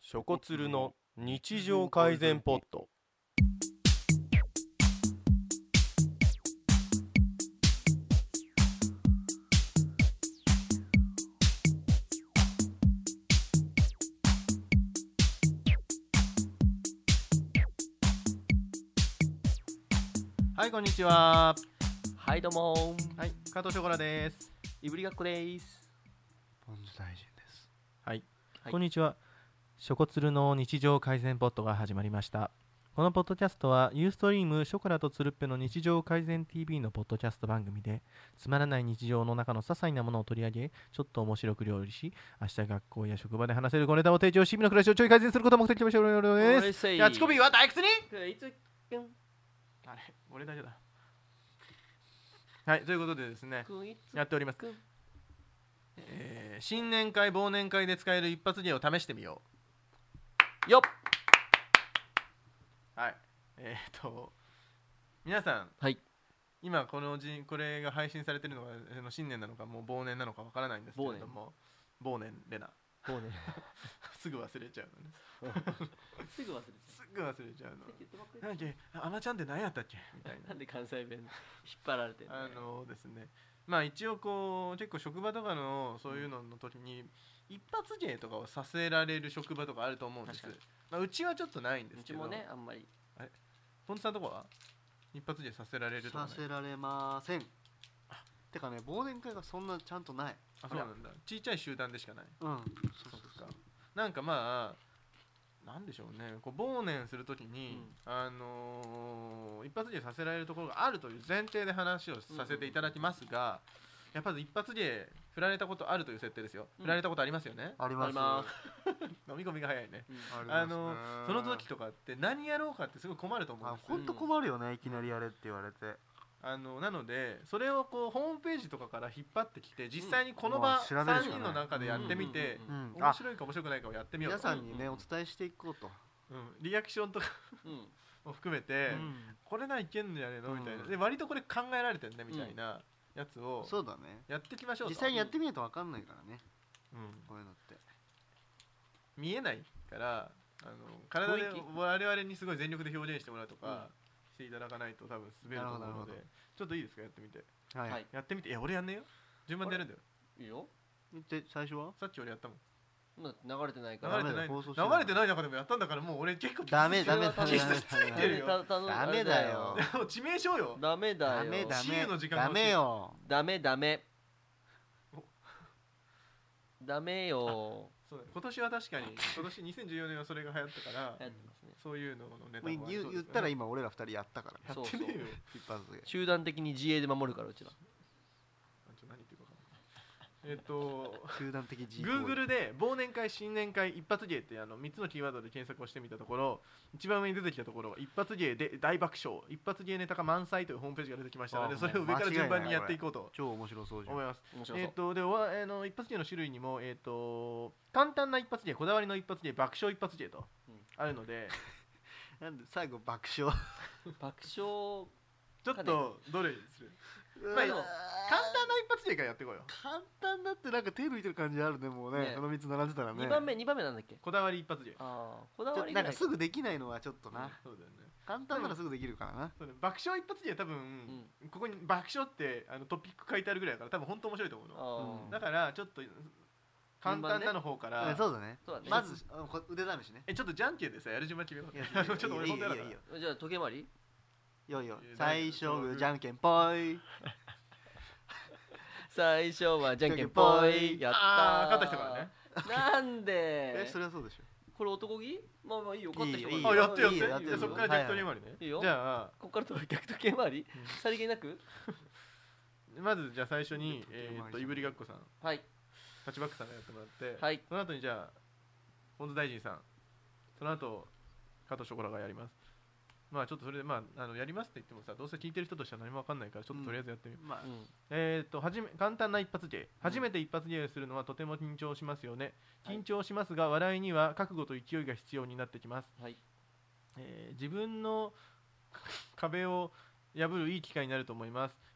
ショコツルの日常改善ポット。はい、こんにちは。 はい、どうもはい、加藤ショコラです。 いぶりがっこです。 ポンズ大臣です。 はい、 はいこんにちは。ショコツルの日常改善ポットが始まりました。このポッドキャストはユーストリームショコラとツルッペの日常改善 TV のポッドキャスト番組で、つまらない日常の中の些細なものを取り上げ、ちょっと面白く料理し、明日学校や職場で話せる小ネタを提供し、日々の暮らしをちょい改善することを目的としております。キャッチコピーは退屈にあれ、俺だけだ。はい、ということでですね、やっております。新年会、忘年会で使える一発芸を試してみよよっ。 う。はい。皆さん、 はい。 今これが配信されているのが新年なのかもう忘年なのかわからないんですけれども、忘年レナ。 忘年。 すぐ忘れちゃうのね。 すぐ忘れちゃうの。なんだっけ、あまちゃんって何やったっけみたいな。 なんで関西弁引っ張られてるのですね。まあ一応こう結構職場とかのそういうのの時に一発芸とかをさせられる職場とかあると思うんです。まあ、うちはちょっとないんですけど。 うちもね、あんまり。 ポンツさんとこは一発芸させられるとかない？ させられません。てかね、忘年会がそんなちゃんとない。 あ、そうなんだ。ちっちゃい集団でしかない。 うん。 そうか。なんかまあなんでしょうね。こう忘年するときに、一発芸させられるところがあるという前提で話をさせていただきますが、やっぱり一発芸振られたことあるという設定ですよ。振られたことありますよね。 あります。 飲み込みが早いね。 あその時とかって何やろうかってすごい困ると思うんです。 ほんと困るよね、いきなりやれって言われて。 なのでそれをこうホームページとかから引っ張ってきて、実際にこの場3人の中でやってみて、面白いか面白くないかをやってみようと。 皆さんにね、お伝えしていこうと。 リアクションとかも含めて、これないけんのやねのみたいな。で割とこれ考えられてるねみたいなやつをそうだね。 やっていきましょうと。 実際にやってみないと分かんないからね。こういうのって見えないから体で我々にすごい全力で表現してもらうとかしていただかないと多分滑ると思うので、ちょっといいですか、やってみて。 はい。 やってみて。いや俺やんねえよ、順番でやるんだよ。 いいよ。 で最初はさっき俺やったもん。 流れてないから。 流れてない中でもやったんだから、もう俺結構ダメ傷ついてるよ。 ダメだよ。 でも致命傷よ。 ダメだよ。 ダメよ。 ダメダメダメよ。 今年は確かに今年2014年はそれが流行ったから、そういうののネタも言ったら今俺ら2人やったから。 やってねえよ。 一発で集団的に自衛で守るから、うちら。 何言ってるか分かんない。 集団的自衛。 Google で忘年会新年会一発芸って3つのキーワードで検索をしてみたところ、一番上に出てきたところ一発芸で大爆笑、一発芸ネタが満載というホームページが出てきましたので、それを上から順番にやっていこうと超面白そうじゃん思います。 面白そう。 で一発芸の種類にも簡単な一発芸、こだわりの一発芸、爆笑一発芸とあるので、 なんで最後爆笑爆笑ちょっとどれにする？まあ簡単な一発芸からやっていこうよ。 簡単だってなんか手抜いてる感じあるね、もうね。この3つ並んでたらね。 2番目なんだっけ？ こだわり一発芸。 こだわりなんかすぐできないのはちょっとな。 そうだよね。 簡単ならすぐできるからな。 爆笑一発芸は多分ここに爆笑ってトピック書いてあるぐらいだから多分本当面白いと思うの。だからちょっと簡単なの方から。 そうだね。まず腕試しね。 ちょっとじゃんけんでさやる順番決めよう。ちょっと俺本当やだから。 じゃあ時計回り？ よいよ。最初じゃんけんぽい。 最初はじゃんけんぽい。やった勝った人からね。 なんで？ それはそうでしょ。 これ男気？まあいいよ、勝った人から。やってそっから逆時計回りね。 いいよ。 じゃあこっから逆時計回り？さりげなく？ まずじゃあ最初にいぶりがっこさん、 はい、 タッチバックさんがやってもらって、 はい、 その後にじゃあポンズ大臣さん、その後加藤ショコラがやります。まあちょっとそれでやりますって言ってもさ、どうせ聞いてる人としては何も分かんないから、ちょっととりあえずやってみる。簡単な一発芸。初めて一発芸をするのはとても緊張しますよね。緊張しますが、笑いには覚悟と勢いが必要になってきます。自分の壁を破るいい機会になると思います。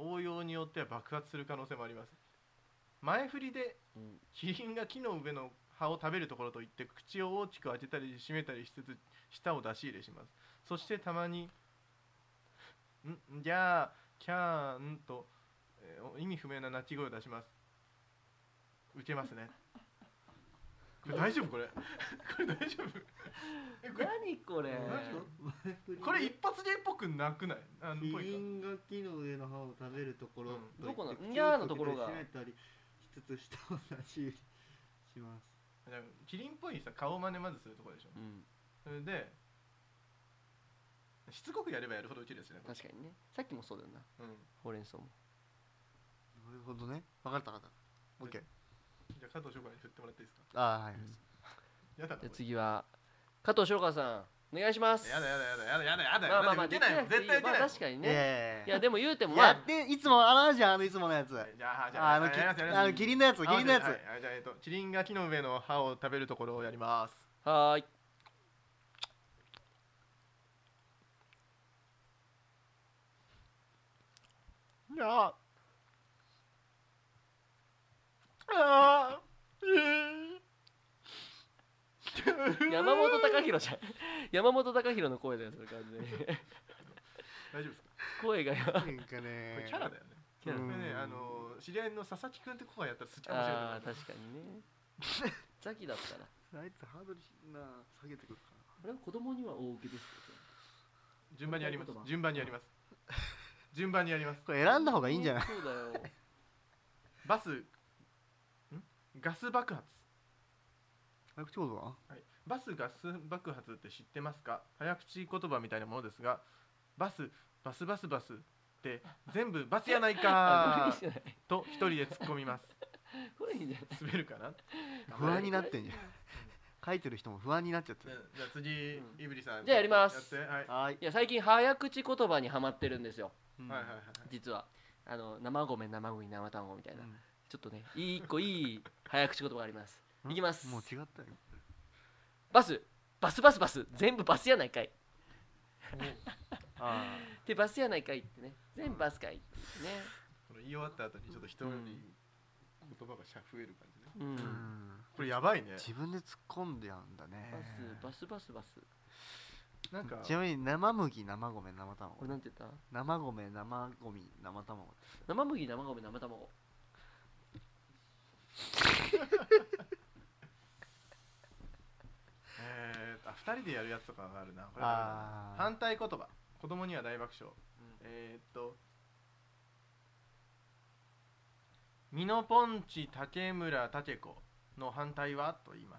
応用によっては爆発する可能性もあります。前振りでキリンが木の上の葉を食べるところといって口を大きく開けたり閉めたりしつつ舌を出し入れします。そしてたまにじゃあキャーンと、意味不明な鳴き声を出します。受けますね。これ大丈夫これこれ大丈夫何これこれ一発芸っぽくなくない？ キリンが木の上の葉を食べるところ、 どこのんぎゃーのところが閉めたりしつつ舌を出し入れします。 キリンっぽいさ顔真似まずするところでしょ、それでしつこくやればやるほどウケるですね。 確かにね。さっきもそうだよな、ほうれん草も。 なるほどね。分かった分かった。 OK。 じゃあ加藤翔から振ってもらっていいですか？ はい、 やだな。 じゃあ次は加藤翔華さんお願いします。 やだまあ絶対受けない。 確かにね。いやでも言うてもやっていつもじゃん、いつものやつ。 じゃあキリンのやつ、キリンのやつ。 じゃあキリンが木の上の葉を食べるところをやります。 はーい。山本貴弘じゃん。山本貴弘の声だよ、それ感じで。 大丈夫ですか？ 声がよ。 なんかね。 これキャラだよね。 キャラ。 これね、知り合いの佐々木くんって子がやったら好きかもしれない。 ああ、確かにね。ザキだったら。 あいつハードル下げてくるかな。 これは子供には大受けですか？ 順番にやります。順番にやります。順番にやります。 これ選んだ方がいいんじゃない？ そうだよ。 バスガス爆発。 早口言葉？ はい。バスガス爆発って知ってますか？早口言葉みたいなものですが、バスって全部バスやないかと一人で突っ込みます。 これいいんじゃない？ 滑るかな？ 不安になってんじゃん。書いてる人も不安になっちゃってる。 じゃあ次、イブリさん。 じゃあやります。 はい。 いや最近早口言葉にハマってるんですよ。 はい。 実は生米生麦生卵みたいな、ちょっとね一個いい早口言葉があります。いきます。 もう違ったよ。 バス全部バスやないかい。でバスやないかいってね、全部バスかいってね。 これ言い終わった後にちょっと一人言葉が増える感じね。 うん。 これやばいね。 自分で突っ込んでやんだね。 バス。 なんかちなみに生麦生米生卵。 これなんて言った？ 生米生ゴミ生卵。 生麦生米生卵。 2人でやるやつとかがあるな。これ反対言葉。子供には大爆笑。ミノポンチ竹村竹子の反対はと言います。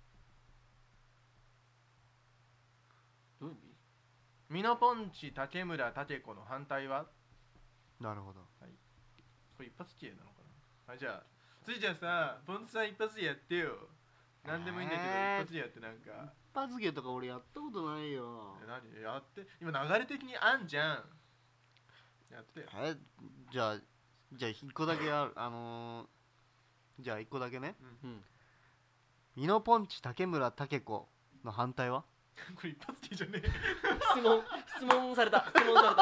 どういう意味？ ミノポンチ竹村竹子の反対は？ なるほど。 はい。これ一発系なのかな。はい、じゃあついちゃんさ、ポンチさん一発でやってよ。なんでもいいんだけど一発でやってなんか。 一発芸とか俺やったことないよ。 何やって？今流れ的にあんじゃん。やって。 じゃあ一個だけじゃあ一個だけね。ミノポンチ竹村竹子の反対は？ これ一発芸じゃねえ。 質問された。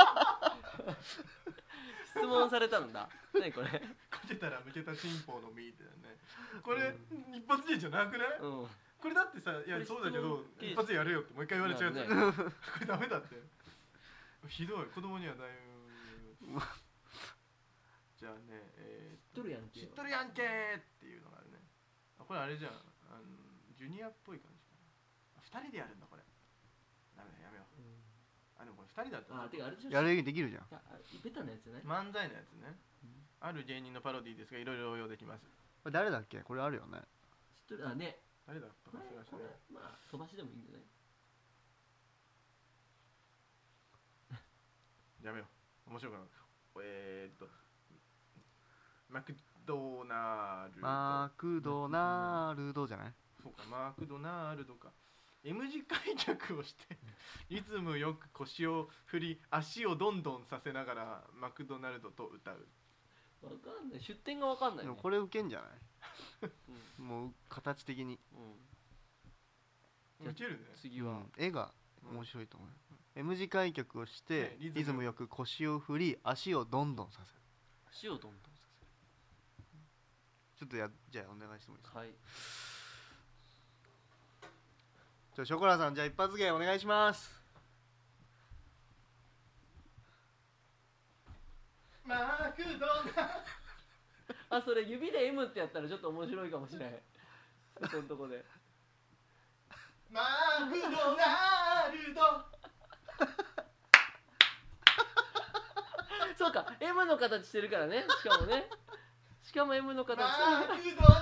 質問されたんだ。何これ？ こけたら向けたチンポの実ってね。これ一発芸じゃなくない？これだってさ、いやそうだけど一発やるよってもう一回言われちゃうやつ。これダメだって。ひどい。子供にはだいぶ。じゃあね、 知っとるやんけっていうのがあるね。これあれじゃん。ジュニアっぽい感じかな。2人でやるんだこれ。ダメだ、やめよう。でもこれ2人だったら。 てかあれじゃん。 やるできるじゃん。 ベタなやつね。 漫才のやつね。ある芸人のパロディですがいろいろ応用できます。 これ誰だっけ？これあるよね。 知っとる。ね。 誰だったか忘れましたね。 まあ飛ばしでもいいんじゃない？ やめよう。面白くない。マクドナルドじゃない？そうか、マクドナルドか。M 字開脚をしてリズムよく腰を振り足をどんどんさせながらマクドナルドと歌う。 わかんない。出典がわかんない、ね。 でもこれウケんじゃない？もう形的に。 ウケるね。 次は、 絵が面白いと思う。M 字開脚をして、 ねリズムよく腰を振り足をどんどんさせる。 足をどんどんさちょっとじゃあお願いしてもいいですか。 せる。はい。 ショコラさん、じゃあ一発芸お願いします。 マクドナあ、それ指で M ってやったらちょっと面白いかもしれない。そのとこで。 マクドナルドそうか、M の形してるからね。しかもね。しかも M の形。 マクドナル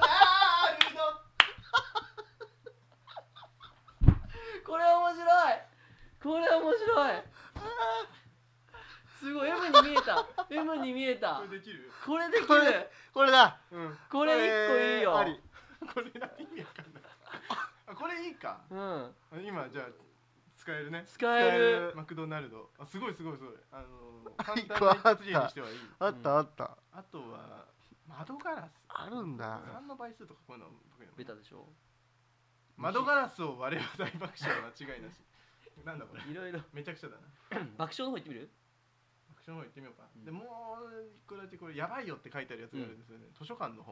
これ面白い。これ面白い。すごい M に見えた。M に見えた。 これできる？ これできる。 これだ。 これ一個いいよ。 あり。 これだって意味わかんない。あ、これいいか。 うん。 今じゃあ使えるね。 使える。 マクドナルド。あ、すごいすごいすごい。簡一個単な一発芸にしてはいい。 あったあった。 あとは窓ガラス。 あるんだ。 3の倍数とかこういうのベタでしょ。 窓ガラスを割れば大爆笑は間違いなし。なんだこれ。 いろいろ。 めちゃくちゃだな。 爆笑の方行ってみる？ 爆笑の方行ってみようか。でもう一個だけこれやばいよって書いてあるやつがあるんですよね。図書館の本。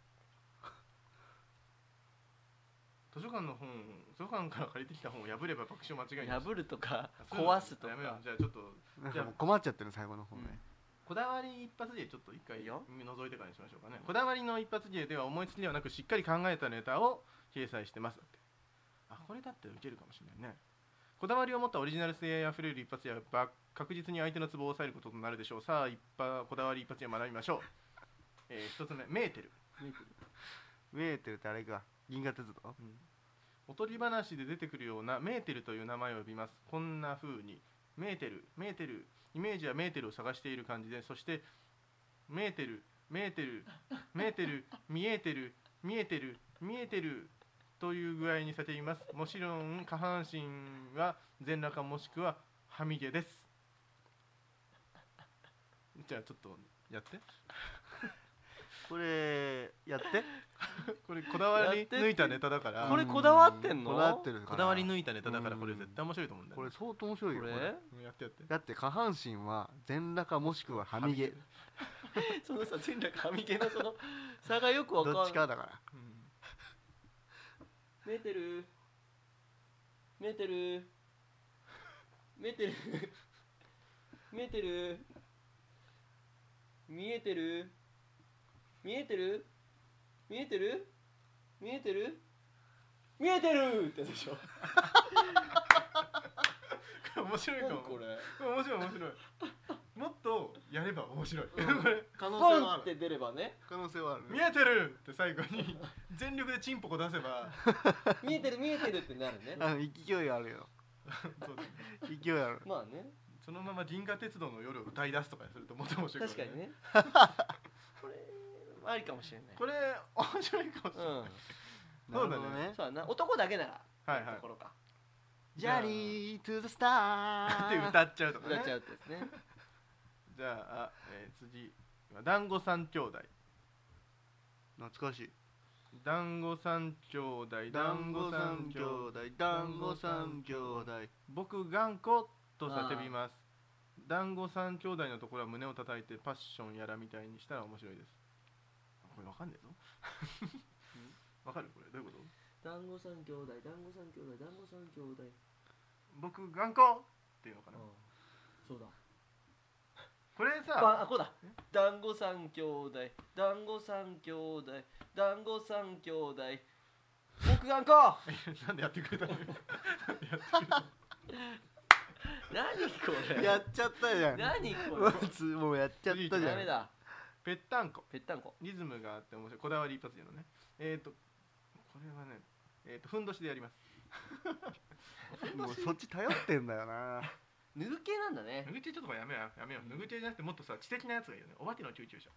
図書館から借りてきた本を破れば爆笑間違いない。 破るとかそういうの壊すとか。 やめよう。じゃあちょっとじゃあもう困っちゃってる最後の方ね。 こだわり一発芸ちょっと一回いいよ覗いてからにしましょうかね。こだわりの一発芸では思いつきではなくしっかり考えたネタを掲載してますって。あ、これだってウケるかもしれないね。こだわりを持ったオリジナル性あふれる一発芸は確実に相手のツボを抑えることとなるでしょう。さあこだわり一発芸を学びましょう。一つ目、メーテル。 メーテルってあれか、銀河鉄道。 おとり話で出てくるようなメーテルという名前を呼びます。こんな風にメーテル、イメージはメーテルを探している感じで、そしてメーテル、見えてるという具合にされています。もちろん下半身は全裸もしくははみ出です。じゃあちょっとやって。 これやってこれこだわり抜いたネタだから。 これこだわってんの？ こだわってる。 こだわり抜いたネタだからこれ絶対面白いと思うんだよ、ね。 これ相当面白いよ。 これやって。 だって下半身は全裸もしくははみ毛。 そのさ、全裸はみ毛のその差がよくわかんない。 どっちかだから。 見えてる見えてる見えてる見えてる見えてる見えてる見えてる見えてる見えてるってでしょ。 面白いかも。 これ面白いもっとやれば面白い。これ可能性ポはある。 ンって出ればね。 可能性はある。 見えてるって最後に全力でチンポコ出せば見えてる見えてるってなるね。 勢いあるよ。 そうだね。 勢いある。 まあね。 そのまま銀河鉄道の夜を歌い出すとかするともっと面白い確かにね。これありかもしれない。 これ面白いかもしれない。そうだね。 そうだな。男だけなら。 はいはい。 ところか。 ジャリートゥザスターって歌っちゃうとかね。 歌っちゃうってですね。 じゃあ、次団子三兄弟。 懐かしい。 団子三兄弟。僕頑固と叫びます。団子三兄弟のところは胸を叩いてパッションやらみたいにしたら面白いです。これわかんねえぞ。わかる？これどういうこと？ 団子三兄弟。 僕頑固っていうのかな。 そうだ。 これさ、 あ、こうだ。団子三兄弟。僕頑固。 なんでやってくれたの？ 何これ？ やっちゃったじゃん。 何これ？ もうやっちゃったじゃん。 ダメだ。 ぺったんこ。 リズムがあって面白い。こだわり一発芸のね。これはね、ふんどしでやります。 もうそっち頼ってんだよな。 脱ぐ系なんだね。 脱ぐ系ちょっとやめよう。脱ぐ系じゃなくてもっとさ知的なやつがいいよね。お化けの救急車。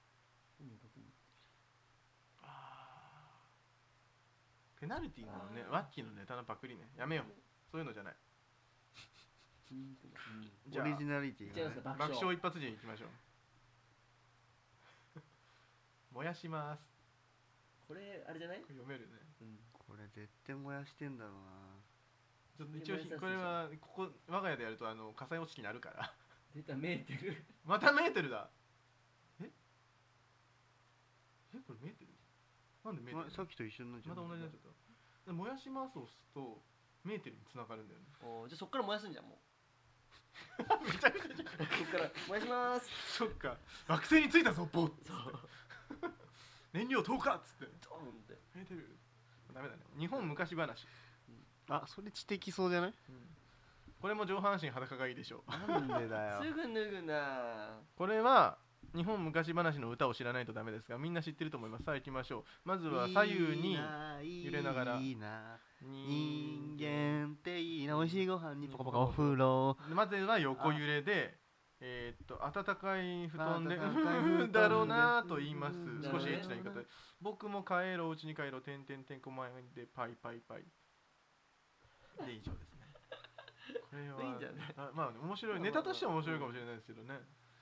ペナルティーのね、ワッキーのネタのパクリね。やめよう。そういうのじゃない。 オリジナリティがね。 爆笑一発芸いきましょう。燃やします。 これあれじゃない？ 読めるね。 これ絶対燃やしてんだろうな。 ちょっと一応これはここ我が家でやると火災落ちになるから出たメーテルまたメーテルだ。これメーテルなんでメーテルさっきと一緒になっちゃう。 また同じになっちゃった。燃やしますを押すとメーテルに繋がるんだよね。 じゃあそっから燃やすんじゃんもめちゃくちゃじゃん。 うそっから燃やしますそっか惑星に着いたぞボッそう燃料投下っつってドーンってメーテルダメだね。日本昔話。 あ、それ知的そうじゃない？ これも上半身裸がいいでしょう。 なんでだよ。 すぐ脱ぐなこれは日本昔話の歌を知らないとダメですが、みんな知ってると思います。さあ行きましょう。まずは左右に揺れながらいいな人人間っていいな、美味しいご飯にポカポカお風呂。 まずは横揺れで暖かい布団で暖かい布団でだろうなと言います。 なるほどね少しエッチな言い方で僕も帰ろう、うちに帰ろう、てんてんてんこまでパイパイパイで以上ですね。これはいいんじゃないまあ面白い、ネタとしては面白いかもしれないですけどね。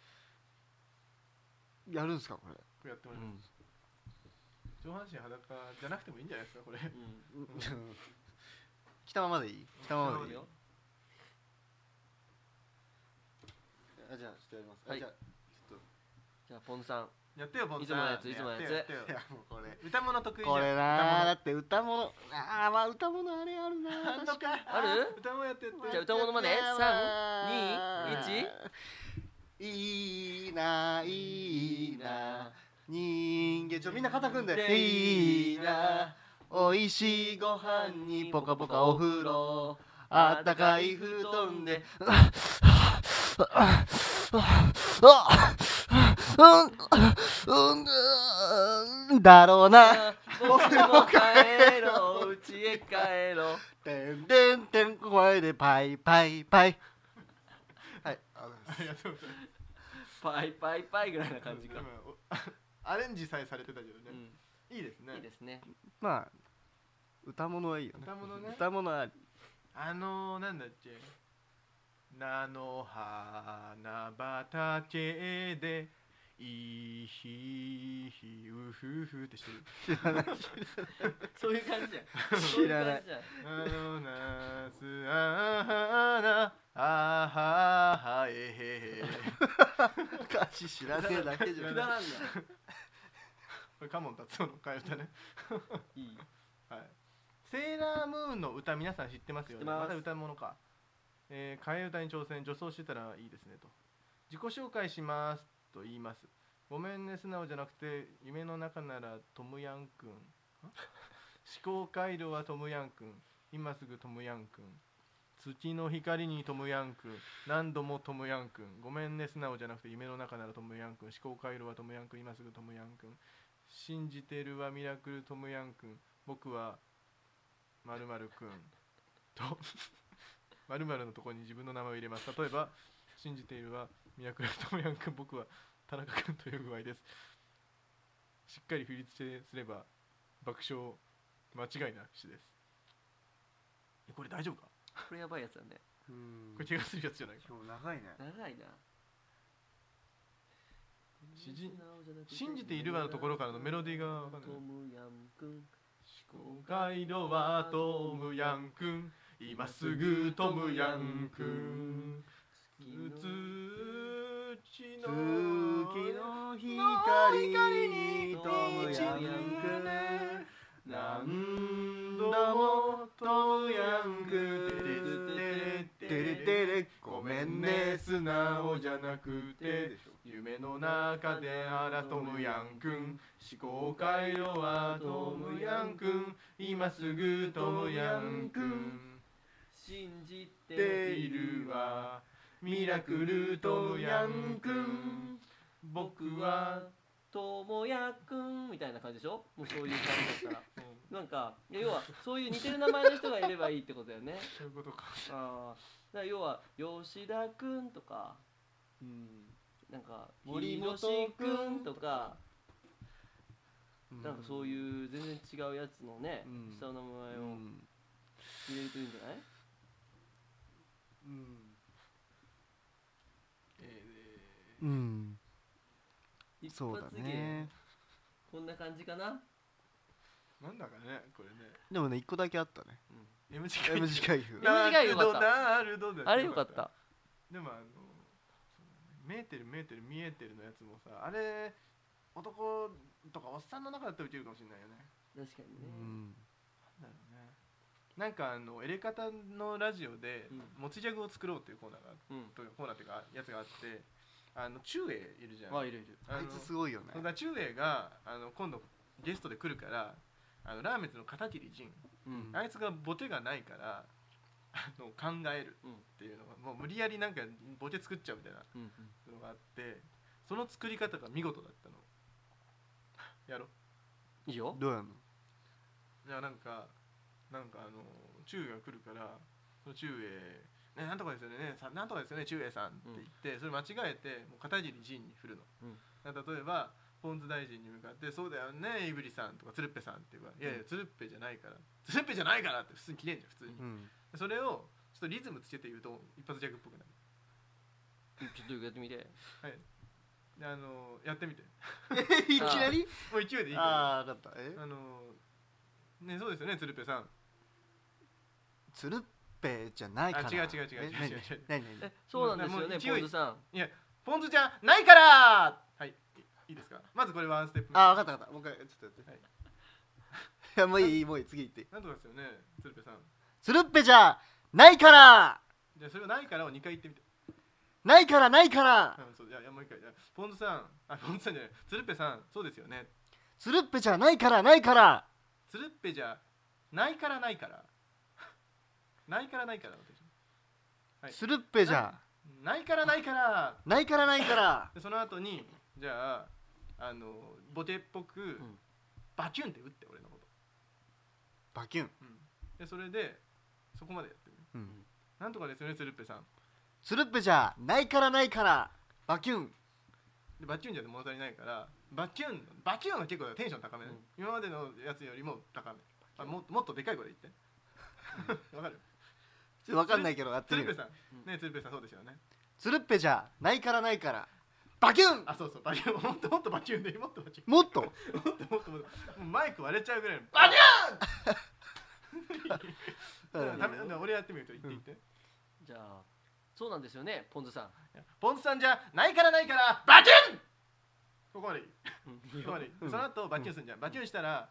やるんすかこれ？ これやってもらいます。上半身裸じゃなくてもいいんじゃないですかこれ。 着たままでいい？着たままでいい？ よあ、じゃあちょっとやります。 はいじゃあちょっじゃあポンさんやってよポンさん。 いつものやついつものやつやってよと、いやもうこれ歌物得意じゃん。 これなー、だって歌物、あーまあ歌物あれあるなー。 あんのかある歌物やってって。 じゃあ歌物まで3、2、1 いいないいな人間みんな肩組んででいいなおいしいご飯にポカポカお風呂あったかい布団でだろうな僕も帰ろううちへ帰ろうてんてんてん声でパイパイパイ。はい、 ありがとうございます。 パイパイパイぐらいな感じかアレンジさえされてたけどね。いいですね。 いいですねまあ歌物はいいよね。 歌物ね。 歌物あり。 なんだっけ。菜の花畑でいひひうふふってしてる。 そういう感じじゃん知らない夏あはあははえへへ。 歌詞知らねえだけじゃん。 くだらんなこれカモン達夫の替え歌ね。 いいはい。セーラームーンの歌皆さん知ってますよね。 知ってますまた歌物か。替え歌に挑戦、女装してたらいいですねと。自己紹介しますと言います。ごめんね素直じゃなくて夢の中ならトムヤンくん。思考回路はトムヤンくん。今すぐトムヤンくん。月の光にトムヤンくん。何度もトムヤンくん。ごめんね素直じゃなくて夢の中ならトムヤンくん。思考回路はトムヤンくん。今すぐトムヤンくん。信じてるはミラクルトムヤンくん。僕は〇〇くんと〇〇のところに自分の名前を入れます。例えば信じているはミラクルトムヤンくん。僕は田中くんという具合です。しっかり振り付けすれば爆笑間違いなしです。これ大丈夫か？ これやばいやつだねこれ怪我するやつじゃないか。 今日長いね。 長いな信じているわのところからのメロディーがわかんない。 トムヤンくん思考回路はトムヤンくん。今すぐトムヤンくん。月の光にトムヤンくん。 何度もトムヤンくん。 てれてれごめんね素直じゃなくて夢の中であらトムヤンくん。思考回路はトムヤンくん。今すぐトムヤンくん。 信じてているわミラクルトムヤンくん。僕はともやくんみたいな感じでしょ。もうそういう感じだったらなんか要はそういう似てる名前の人がいればいいってことだよね。 そういうことか。 ああ、だから要は吉田くんとか、なんか森本くんとか、なんかそういう全然違うやつのね、下の名前を入れるといいんじゃない？一そうだ発芸、 ね。 こんな感じかな。 なんだかねこれね。 でもね1個だけあったね。 M 字 M 字回復。 M 字回復よかったナルドだあれよかった。 でもメーテル見えてるのやつもさ、あれ男とかおっさんの中だったら打てるかもしれないよね。 確かにね。 なんだろうね。なんかエレカタのラジオで持ちジャグを作ろうっていうコーナーが、コーナーっていうかやつがあって、チュウエイいるじゃん。 いる。 あいつすごいよね。 チュウエイが今度ゲストで来るから、ラーメンズの片桐仁、あいつがボテがないから考えるっていうのが、もう無理やりなんかボテ作っちゃうみたいなのがあって、その作り方が見事だったの。やろいいよ。 どうやんの？ いやなんかチュウエイが来るから、そのチュウエイね、なんとかですよね、なんとかですよね、チュウエイさんって言って、それ間違えてもう片桐仁に振るの。例えばポンズ大臣に向かって「そうだよねイブリさん」とか「つるっぺさん」って言うから「いやいやつるっぺじゃないからつるっぺじゃないから」って普通に切れんじゃん普通に、それをちょっとリズムつけて言うと一発ギャグっぽくなる。 ちょっとやってみて。 はい。でやってみて。 いきなり？ もう勢いでいいから。 ああ分かった。 ね、そうですよねつるっぺさん。 つるっぺじゃないから。 違う。 何？ そうなんですよねポンズさん。 いやポンズじゃないから。はい。いいですか。まずこれワンステップ。 あ分かった。もう一回ちょっとやって。はい。いやもういい次行って。 なんとかですよねつるっぺさん。 つるっぺじゃないから。 じゃあそれをないからを2回言ってみて。 ないから。 そういやもう一回。ポンズさんポンズさんじゃないつるっぺさんそうですよね。 つるっぺじゃないから。 つるっぺじゃないからないから。ないからないから。 つるっぺじゃないからないから。でその後にじゃあボテっぽくバキュンって打って俺のこと。 バキュン。 でそれでそこまでやってる。なんとかですよねつるっぺさん。 つるっぺじゃないからバキュン。 でバキュンじゃ物足りないからバキュンは結構テンション高めね。今までのやつよりも高め。もっとでかい声で言ってわかる？ わかんないけどやってみる。 つるっぺさんね、つるっぺさんそうですよね。 つるっぺじゃないからバキュン。 あそうバキュンもっとバキュンでもっとマイク割れちゃうぐらいのバキュン。俺やってみると言って。 じゃあそうなんですよねポンズさん。 ポンズさんじゃないからバキュン。ここまでいい。その後バキュンするんじゃん。バキュンしたら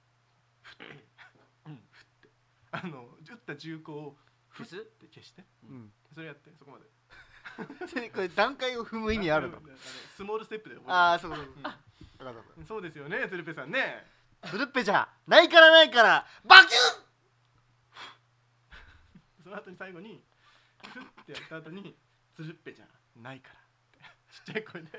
打った銃口をフスって消して、それやってそこまで。 これ段階を踏む意味あるの？ スモールステップで。 ああそう。 そうですよねつるっぺさんね。 つるっぺじゃないからバキュン。 その後に最後にフッってやった後につるっぺじゃないからちっちゃい声で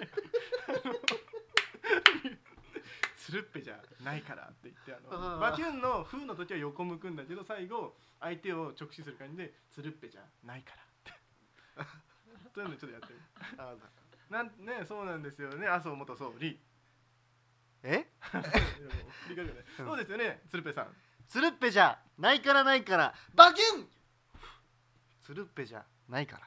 つるっぺじゃないからって言ってバキュンのフーの時は横向くんだけど最後相手を直視する感じでつるっぺじゃないからってそういうのちょっとやってみる。そうなんですよね麻生元総理。そうですよねつるっぺさん。 つるっぺじゃないからバキュン。つるっぺじゃないから。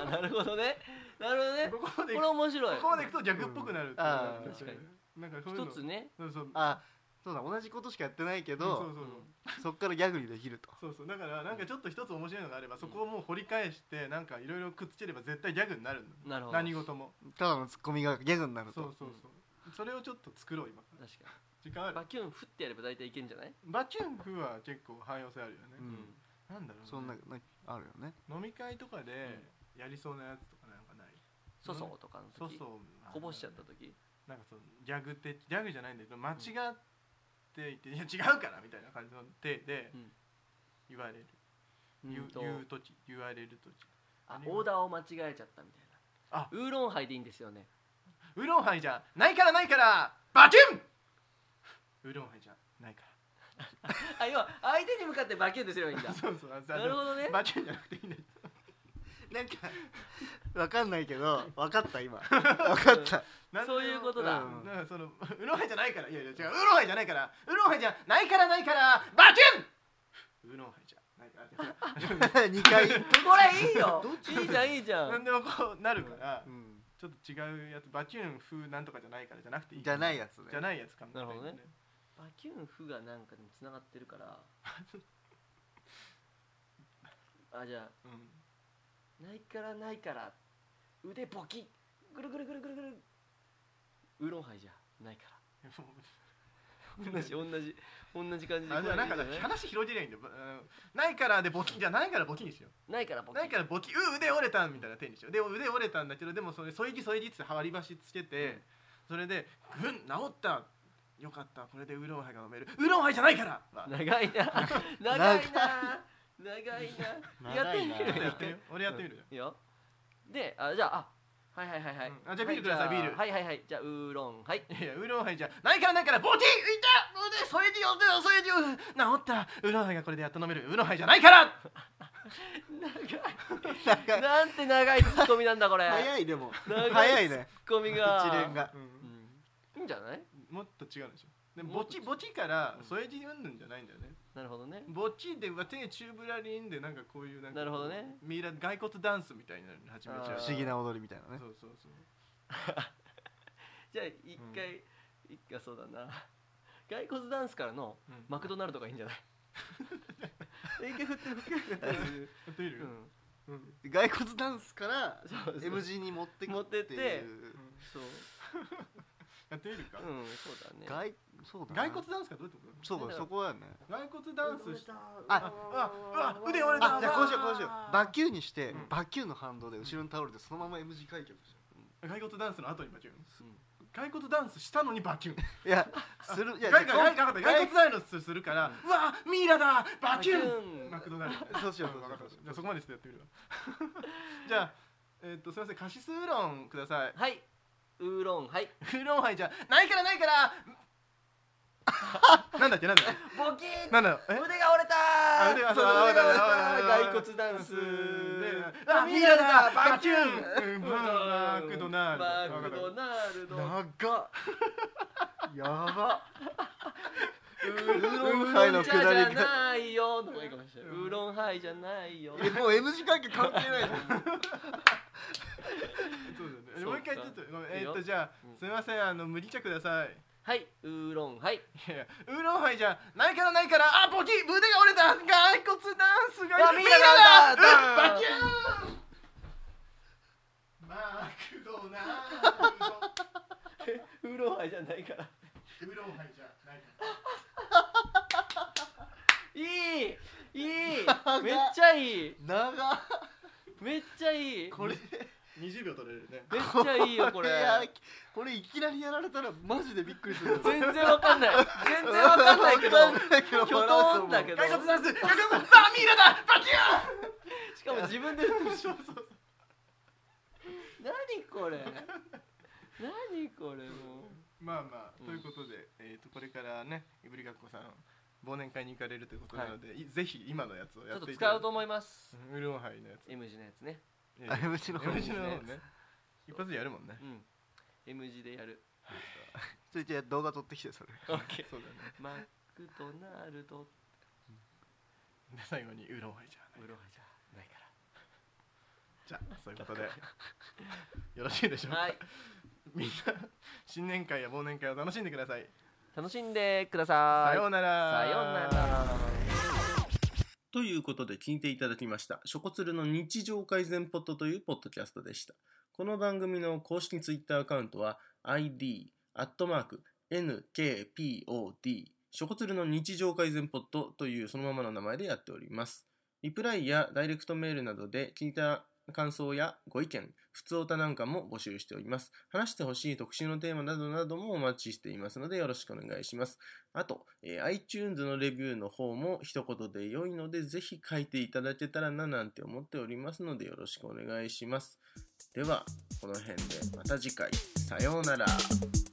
なるほどね。これ面白い。 ここまでいくと逆っぽくなる。 確かに。 なんか一つね。 そうだ同じことしかやってないけどそっからギャグにできると。 そうだからなんかちょっと一つ面白いのがあればそこをもう掘り返してなんかいろいろくっつければ絶対ギャグになるんだ。何事もただのツッコミがギャグになると。 それをちょっと作ろう今から。 確かに。 時間ある。 バキュン振ってやれば大体いけんじゃない？ バキュンフは結構汎用性あるよね。なんだろうね。 そんなあるよね。 飲み会とかでやりそうなやつとかなんかない？ 粗相とかの時。こぼしちゃった時。 なんかギャグじゃないんだけど間違っていていや違うからみたいな感じの手で言われる。言われる時。 オーダーを間違えちゃったみたいな。ウーロンハイでいいんですよね。 ウーロンハイじゃないからバキュン。ウーロンハイじゃないから。 要は相手に向かってバキュンってすればいいんだ。 そうなるほどね。 バキュンじゃなくていいんだよ。 なんか分かんないけど分かった今。分かった。 そういうことだ。 ウーロンハイじゃないから。いや違うウーロンハイじゃないからウーロンハイじゃないからバキュン。ウーロンハイじゃないから 2回。 これいいよ。いいじゃん。 なんでもこうなるからちょっと違うやつバキュン風なんとかじゃないからじゃなくていい。 じゃないやつね。 じゃないやつかも。 なるほどね。 バキュンフがなんかでもつながってるからじゃあ、ないからないから腕ボキぐるぐるぐるぐるぐるウーロンハイじゃないから同じ感じで。 じゃあなんか話広げりゃいいんだよ。ないからでボキ、じゃあないからボキにしよう。 ないからボキ、 ないからボキ、腕折れたみたいな手にしよう。で腕折れたんだけど、でもそれ添え木って割り箸つけて、それで治ったよかった、これでウーロンハイが飲める。ウーロンハイじゃないから。 長いな長いなやってみる。 俺やってみるよ。でじゃあはい、じゃあビールください。ビール。 はい、じゃあウーロンハイ。 いやウーロンハイじゃないからボキ、いた添え木治ったウーロンハイがこれでやっと飲める。ウーロンハイじゃないから。 長いなんて長いツッコミなんだこれ。 早いでも早いねツッコミが一連がいいんじゃない。 もっと違うんでしょ。でもボチから添え木うんぬんじゃないんだよね。 なるほどね。 ボチで手チューブラリンでなんかこういうなんかなるほどね。 ミイラ骸骨ダンスみたいになる始めちゃう。 不思議な踊りみたいなね。 そうじゃあ一回そうだな。骸骨ダンスからのマクドナルドがいいんじゃない。一回振ってる。 骸骨ダンスから M 字に持ってってそうやってみるか。 そうだね。 骸骨ダンスかどういうこと？ そうだ、そこだよね。 骸骨ダンスした。 腕折れた。じゃあこうしよう。バキューにしてバキューの反動で後ろに倒れてそのまま M 字開脚しよう。骸骨ダンスの後にバキュン。骸骨ダンスしたのにバキュン。 いやする。 骸骨ダンスするから。うわミイラだバキュン。マクドナルド。 そうしよう。 じゃあそこまでしてやってみるわ。じゃあすみません、カシスウーロンください。 はい。ウーロンハイ。 ウーロンハイじゃないからなんだっけボキー。 なんだ腕が折れた。骸骨ダンスでミイラだバキュン。マクドナルド。 長っ。やば。 ウーロンハイの下りじゃないよ。ウーロンハイじゃないよ。 もう M 字関係関係ない。 もう一回ちょっとじゃあすみません、麦茶ください。 はい、ウーロンハイ。 ウーロンハイじゃないからボキ、腕が折れた。骸骨ダンスがミイラだバキューン。マクドナルド。 ウーロンハイじゃないから。 ウーロンハイじゃないから。 いいめっちゃいい。めっちゃいい。 これ20秒取れるね。 めっちゃいいよこれ。 これいきなりやられたらマジでびっくりする。 全然わかんないけどきょとんだけど。 骸骨ダンスミイラだバキューン。 しかも自分で言ってるし。何これもう。 まあということでこれからねいぶりがっこさん忘年会に行かれるということなので、ぜひ今のやつをやっていただいて。 ちょっと使うと思います。 ウーロンハイのやつ。 M 字のやつね。 M 字の方ね。一発でやるもんね。 M 字でやる。 じゃあ動画撮ってきてそれ。 そうだね。 マクドナルド。 で最後にウーロンハイじゃないから。じゃあそういうことでよろしいでしょうか。みんな新年会や忘年会を楽しんでください。 楽しんでください。 さようなら。 ということで聞いていただきましたしょこつるの日常改善ポッドというポッドキャストでした。この番組の公式ツイッターアカウントは ID@NKPOD しょこつるの日常改善ポッドというそのままの名前でやっております。リプライやダイレクトメールなどで聞いた感想やご意見、普通歌なんかも募集しております。話してほしい特集のテーマなどなどもお待ちしていますのでよろしくお願いします。あと、iTunes のレビューの方も一言で良いのでぜひ書いていただけたらななんて思っておりますのでよろしくお願いします。では、この辺でまた次回。さようなら。